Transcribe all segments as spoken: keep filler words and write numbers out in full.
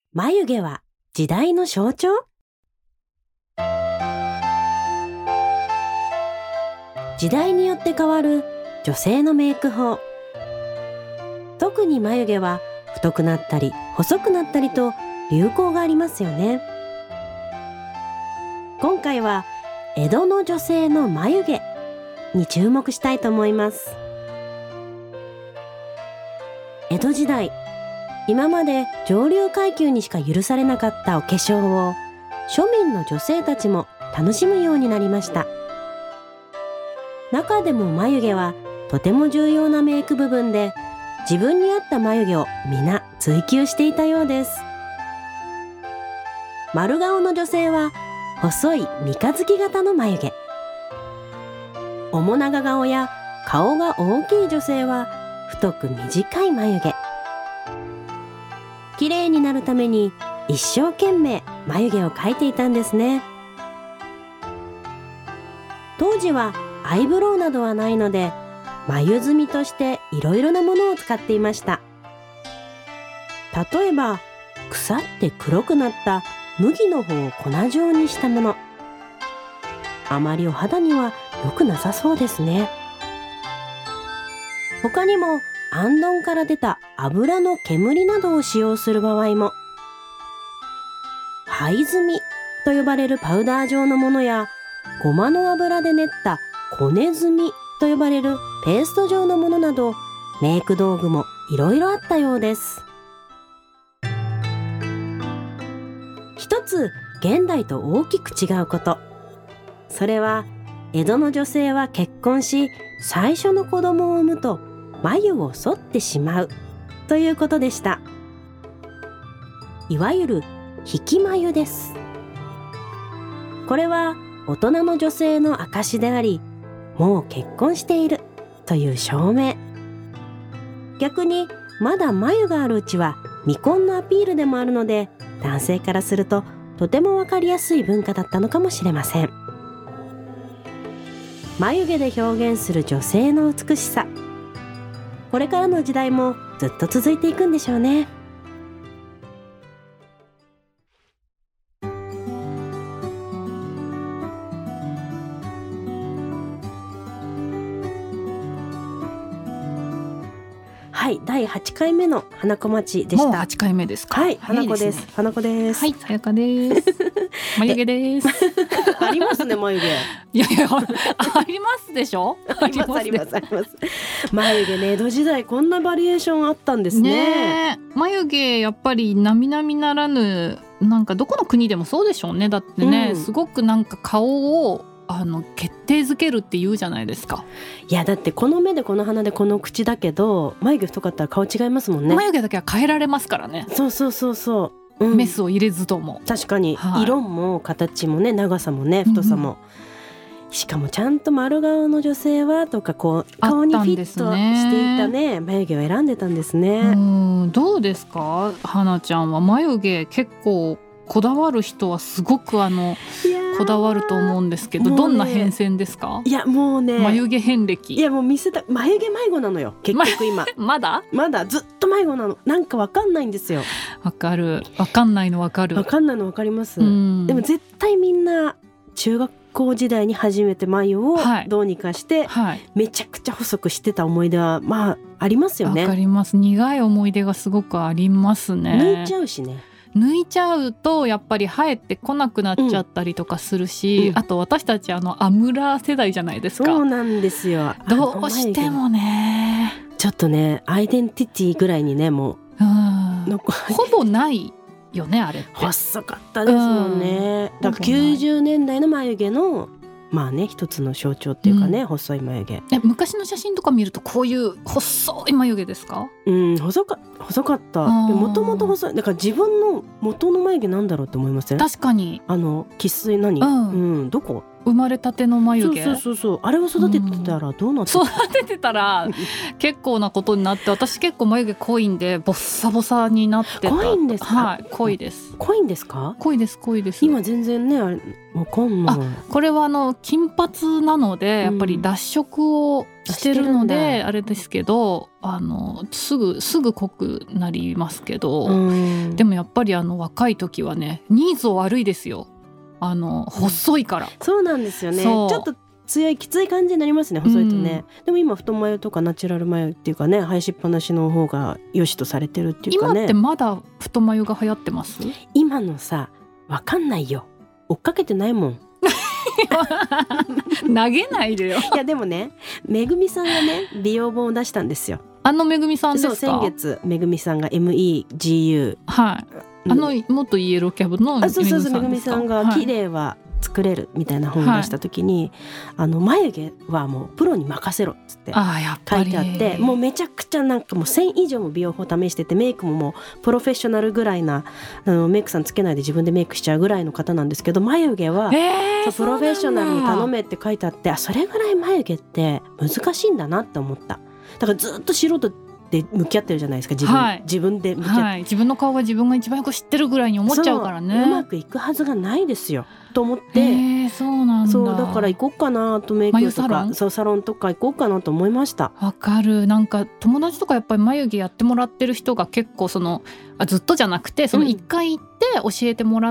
眉毛は時代の象徴？時代によって変わる女性のメイク法。特に眉毛は太くなったり細くなったりと流行がありますよね。今回は江戸の女性の眉毛に注目したいと思います。江戸時代、今まで上流階級にしか許されなかったお化粧を庶民の女性たちも楽しむようになりました。中でも眉毛はとても重要なメイク部分で、自分に合った眉毛を皆追求していたようです。丸顔の女性は細い三日月型の眉毛、面長顔や顔が大きい女性は太く短い眉毛。綺麗になるために一生懸命眉毛を描いていたんですね。当時はアイブロウなどはないので、眉墨としていろいろなものを使っていました。例えば腐って黒くなった麦の方を粉状にしたもの。あまりお肌には良くなさそうですね。他にもあんどんから出た油の煙などを使用する場合も、灰墨と呼ばれるパウダー状のものや、ごまの油で練ったこね墨と呼ばれるペースト状のものなど、メイク道具もいろいろあったようです。一つ現代と大きく違うこと、それは江戸の女性は結婚し最初の子供を産むと眉を剃ってしまうということでした。いわゆる引き眉です。これは大人の女性の証であり、もう結婚しているという証明。逆にまだ眉があるうちは未婚のアピールでもあるので、男性からするととてもわかりやすい文化だったのかもしれません。眉毛で表現する女性の美しさ、これからの時代もずっと続いていくんでしょうね。はい、だいはちかいめの花子町でした。 もうはちかいめですか。 はい、花子です。花子です。 はい、さやかです。眉毛です。 ありますね、眉毛。 いやいや、ありますでしょ。 ありますありますあります。眉毛ね、江戸時代こんなバリエーションあったんですね。 ねえ、眉毛やっぱり並々ならぬ、なんかどこの国でもそうでしょうね。だってね、うん、すごくなんか顔をあの決定づけるって言うじゃないですか。 いやだってこの目でこの鼻でこの口だけど、眉毛太かったら顔違いますもんね。 眉毛だけは変えられますからね。 そうそうそうそう、うん、 メスを入れずとも。 確かに、 はい、 色も形もね、長さもね、太さも、うん、しかもちゃんと丸顔の女性はとか、こう顔にフィットしていたね、眉毛を選んでたんですね。 うん、どうですか、花ちゃんは眉毛結構こだわる人はすごくあのこだわると思うんですけど、ね、どんな変遷ですか。 いやもうね、 眉毛遍歴。 いやもう見せた、眉毛迷子なのよ結局今。 まだまだずっと迷子なの。なんかわかんないんですよ。 わかる、わかんないのわかる。 わかんないのわかります。でも絶対みんな中学校時代に初めて眉をどうにかして、はい、めちゃくちゃ細くしてた思い出はまあありますよね。 わかります。苦い思い出がすごくありますね。 抜いちゃうしね。 抜いちゃうとやっぱり生えてこなくなっちゃったりとかするし、うん、あと私たちあのアムラー世代じゃないですか。 そうなんですよ。 どうしてもね、 ちょっとねアイデンティティぐらいにね、もう、うん、 ほぼないよね、あれって。 細かったですもんね、うん、だからきゅうじゅうねんだいの眉毛のまあね、一つの象徴っていうかね、うん、細い眉毛。 え、昔の写真とか見るとこういう細い眉毛ですか。 うん、細か、細かった。もともと細い。だから自分の元の眉毛なんだろうって思いません？ 確かに。 あの生粋何、うんうん、どこ生まれたての眉毛、 そうそうそうそう、あれを育ててたらどうなってた、 育ててたら結構なことになって、私結構眉毛濃いんでボッサボサになってた。 濃いんですか？ はい、濃いです。 濃いんですか？ 濃いです濃いです。 今全然ね、あれわかんない。 これはあの金髪なのでやっぱり脱色をしてるので、うん、あれですけど、あのすぐすぐ濃くなりますけど、でもやっぱりあの若い時はねニーズ悪いですよ。あの細いから、うん、 そうなんですよね。ちょっと強いきつい感じになりますね、細いとね、うん、でも今太眉とかナチュラル眉っていうかね、生やしっぱなしの方が良しとされてるっていうかね。 今ってまだ太眉が流行ってます？ 今のさ、わかんないよ、追っかけてないもん投げないでよ。 いやでもね、めぐみさんがね美容本を出したんですよ。 あのめぐみさんですか？ そう、先月めぐみさんが エムイージーユー、 はい、あの元イエローキャブのめぐみさんですか？あ、そうそうそう、めぐみさんが綺麗は作れるみたいな本を出した時に、はい、あの眉毛はもうプロに任せろっつって書いてあって、もうめちゃくちゃなんかもうせん以上も美容法試してて、メイクももうプロフェッショナルぐらいな、あのメイクさんつけないで自分でメイクしちゃうぐらいの方なんですけど、眉毛は、えー、そうプロフェッショナルに頼めって書いてあって、あ、それぐらい眉毛って難しいんだなって思った。だからずっと素人で向き合ってるじゃないですか、自分、はい、自分で向き合って、はい、 自分の顔が自分が一番よく知ってるぐらいに思っちゃうからね。 うまくいくはずがないですよと思って、 えー、そうなんだ。 そうだから行こうかなと、メイクとかサロン、そうサロンとか行こうかなと思いました。 わかる。なんか友達とかやっぱり眉毛やってもらってる人が結構そのあずっとじゃなくてそのいっかい行って教えてもらって、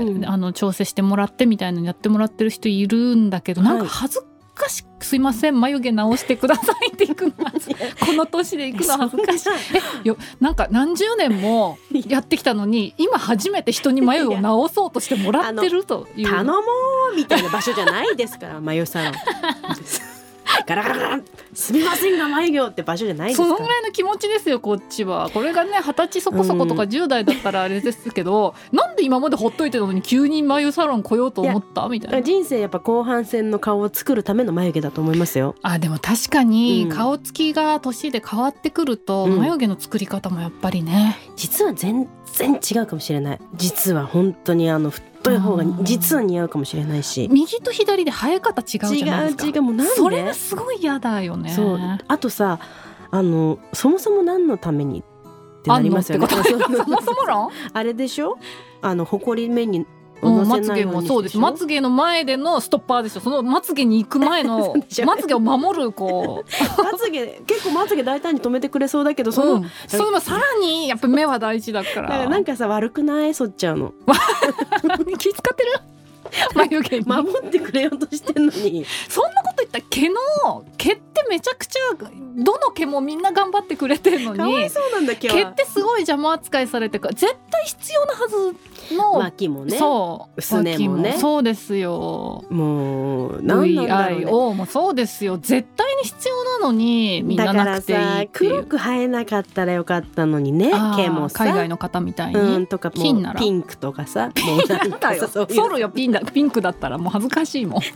うん、あの調整してもらってみたいなのやってもらってる人いるんだけど、なんか恥ずかしく、すいません眉毛直してくださいって行くのこの年で行くの恥ずかしい。えよなんか何十年もやってきたのに今初めて人に眉を直そうとしてもらってるという、 頼もうみたいな場所じゃないですから眉サロンガラガラガラすみませんが眉毛って場所じゃないですから。 そのぐらいの気持ちですよこっちは。これがねはたちそこそことかじゅう代だったらあれですけど、うん、なんで今までほっといてたのに急に眉サロン来ようと思ったみたいな。 人生やっぱ後半戦の顔を作るための眉毛だと思いますよ。 あでも確かに顔つきが年で変わってくると、うん、眉毛の作り方もやっぱりね、 実は全然違うかもしれない。実は本当にあの太い方が実は似合うかもしれないし、 右と左で生え方違うじゃないですか。 違う違う、もうなんでそれがすごい嫌だよね。 そう、あとさ、あのそもそも何のためにってなりますよね。 そもそも論あれでしょ、あのほこり目にまつげもそうです。まつげの前でのストッパーですよ。そのまつげに行く前のまつげを守るこうまつげ結構まつげ大胆に止めてくれそうだけど、その、うん、 そういうのさらにやっぱ目は大事だから。 だからなんかさ悪くない？そっちゃうの気使ってる眉毛に守ってくれようとしてんのにそんなこと言ったら毛の毛ってめちゃくちゃどの毛もみんな頑張ってくれてるのに、 かわいそうなんだ毛は。 毛ってすごい邪魔扱いされてか絶対必要なはずの脇もね、 そうすねもね、 そうですよ。 もう何なんだろうね、ブイアイオーもそうですよ。絶対に必要なのにみんななくていいっていう。だからさ黒く生えなかったらよかったのにね、毛もさ海外の方みたいに、 うん、とかもうピンクとかさ、もうなんかさそういうソルよピンだピンクだったらもう恥ずかしいもん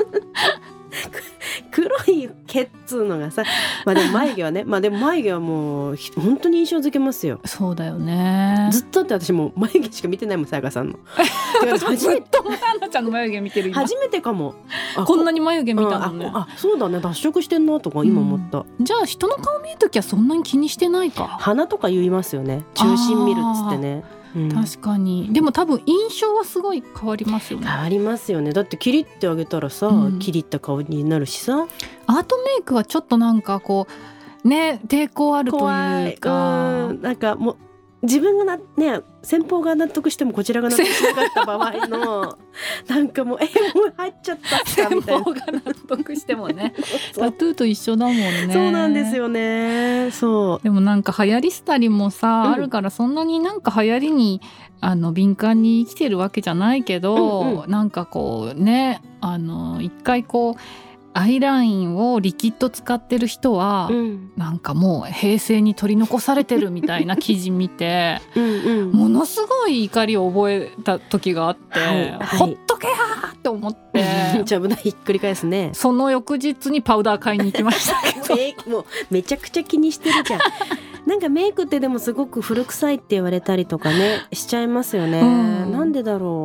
黒い毛っつうのがさ、まあでも眉毛はねまあでも眉毛はもう本当に印象づけますよ。 そうだよね。 ずっとって私もう眉毛しか見てないもん、さやかさんの私ずっとアンナちゃんの眉毛見てる今初めてかも。 こんなに眉毛見たのね。 ああそうだね、脱色してんなとか今思った、 うん、じゃあ人の顔見るときはそんなに気にしてないか。 鼻とか言いますよね、中心見るっつってね。うん、 確かに。でも多分印象はすごい変わりますよね。 変わりますよね。だってキリってあげたらさ、うん、キリった顔になるしさ。 アートメイクはちょっとなんかこうね抵抗あるというか、 うん、なんかもう自分がなね先方が納得してもこちらが納得しなかった場合のなんかもうえもう入っちゃった先方が納得してもねタトゥーと一緒だもんね。 そうなんですよね。そうでもなんか流行りしたりもさ、うん、あるからそんなになんか流行りにあの敏感に生きてるわけじゃないけど、うんうん、なんかこうねあの一回こうアイラインをリキッド使ってる人は、うん、なんかもう平成に取り残されてるみたいな記事見てうん、うん、ものすごい怒りを覚えた時があって、はいはい、ほっとけやーって思ってちゃぶなひっくり返すね。 その翌日にパウダー買いに行きましたけどもうめちゃくちゃ気にしてるじゃんなんかメイクってでもすごく古臭いって言われたりとかねしちゃいますよね、うん、なんでだろう。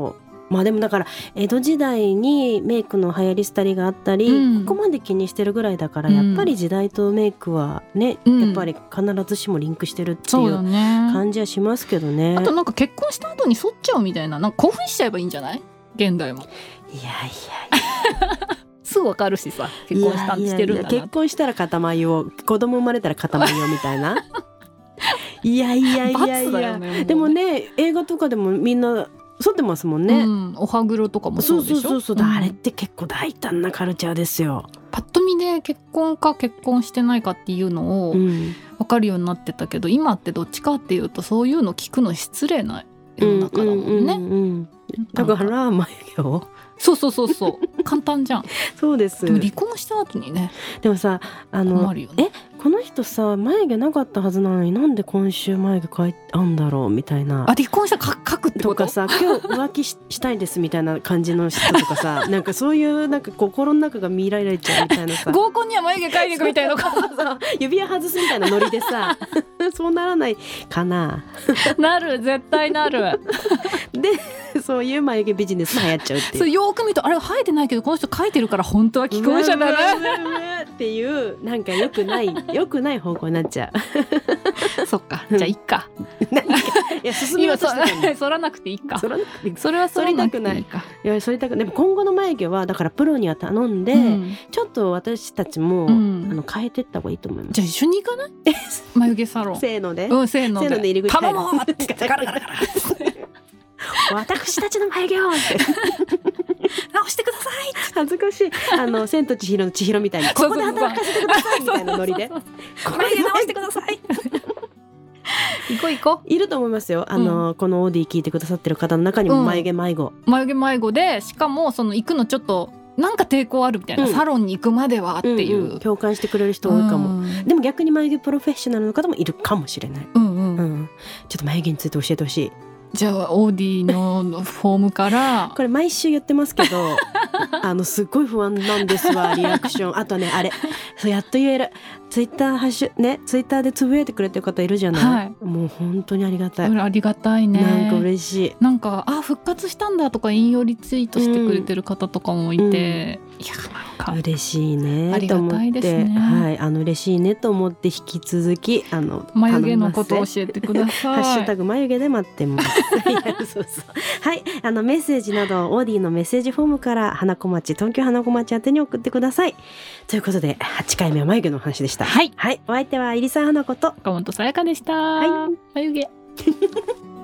まあでもだから江戸時代にメイクの流行り廃りがあったり、うん、ここまで気にしてるぐらいだから、うん、やっぱり時代とメイクはね、うん、やっぱり必ずしもリンクしてるっていう感じはしますけどね。 あとなんか結婚した後に剃っちゃうみたいな、なんか興奮しちゃえばいいんじゃない？現代も。いやいやいやすぐわかるしさ、結婚したしてるんだな。 いやいやいや、結婚したら肩眉を、子供生まれたら肩眉をみたいないやいやいやいや、ね、もでもね映画とかでもみんな剃ってますもんね、うん、 お歯黒とかもそうでしょ。そうそうそう、 うん、あれって結構大胆なカルチャーですよ。 パッと見で結婚か結婚してないかっていうのを分かるようになってたけど、うん、今ってどっちかっていうとそういうの聞くの失礼な世の中だもんね、うんうんうん、 だから眉毛をそうそうそうそう簡単じゃんそうです。 でも離婚した後にね、 でもさあの困るよね。えこの人さ眉毛なかったはずなのになんで今週眉毛描いたんだろうみたいな。 あ離婚したら描くってこととかさ、今日浮気 し, したいですみたいな感じの人とかさなんかそういうなんか心の中が見られちゃうみたいなさ合コンには眉毛描いていくみたいな指輪外すみたいなノリでさそうならないかななる、絶対なるでそういう眉毛ビジネスが流行っちゃうっていう。 そうよく見るとあれ生えてないけどこの人描いてるから本当は既婚者だなっていうなんか良くない良くない方向になっちゃうそっか、じゃあいっかいや進みようとしてる。剃らなくていいか。 剃らなくていい。 それは剃らなくていいか。 いや剃りたくない。でも今後の眉毛はだからプロには頼んで、うん、ちょっと私たちも、うん、あの変えてった方がいいと思います。 じゃあ一緒に行かない？眉毛サロン。 せーので。 うん、せーので。 せーので入り口入る。頼もうってガラガラガラ。 私たちの眉毛をって直してください。 恥ずかしい。あの千と千尋の千尋みたいにここで働かせてくださいみたいなノリで眉毛直してください。行こう行こう。 いると思いますよ。あの、うん、このオーディ聞いてくださってる方の中にも眉毛迷子、 うん、眉毛迷子でしかもその行くのちょっとなんか抵抗あるみたいな、うん、サロンに行くまではっていう、うんうん、 共感してくれる人多いかも、うん、でも逆に眉毛プロフェッショナルの方もいるかもしれない、うんうんうん、ちょっと眉毛について教えてほしい。 じゃあオーディのフォームからこれ毎週言ってますけどあのすっごい不安なんですわリアクション。あとねあれそうやっと言えるツイッターハッシュねツイッターでつぶやいてくれてる方いるじゃない、はい、もう本当にありがたい。 ありがたいね。 なんか嬉しい。 なんかあ復活したんだとか引用リツイートしてくれてる方とかもいて、うん、いやなんか嬉しいねありがたいですね。 はい、あの嬉しいねと思って引き続きあの眉毛のことを教えてください。 ハッシュタグ眉毛で待ってますいやそうそうはい、あのメッセージなどオーディのメッセージフォームから花子町東京花子町宛てに送ってください。ということではちかいめは眉毛の話でした。 はい、 はい、お相手は入澤花子と岡本さやかでした。 はい、 眉毛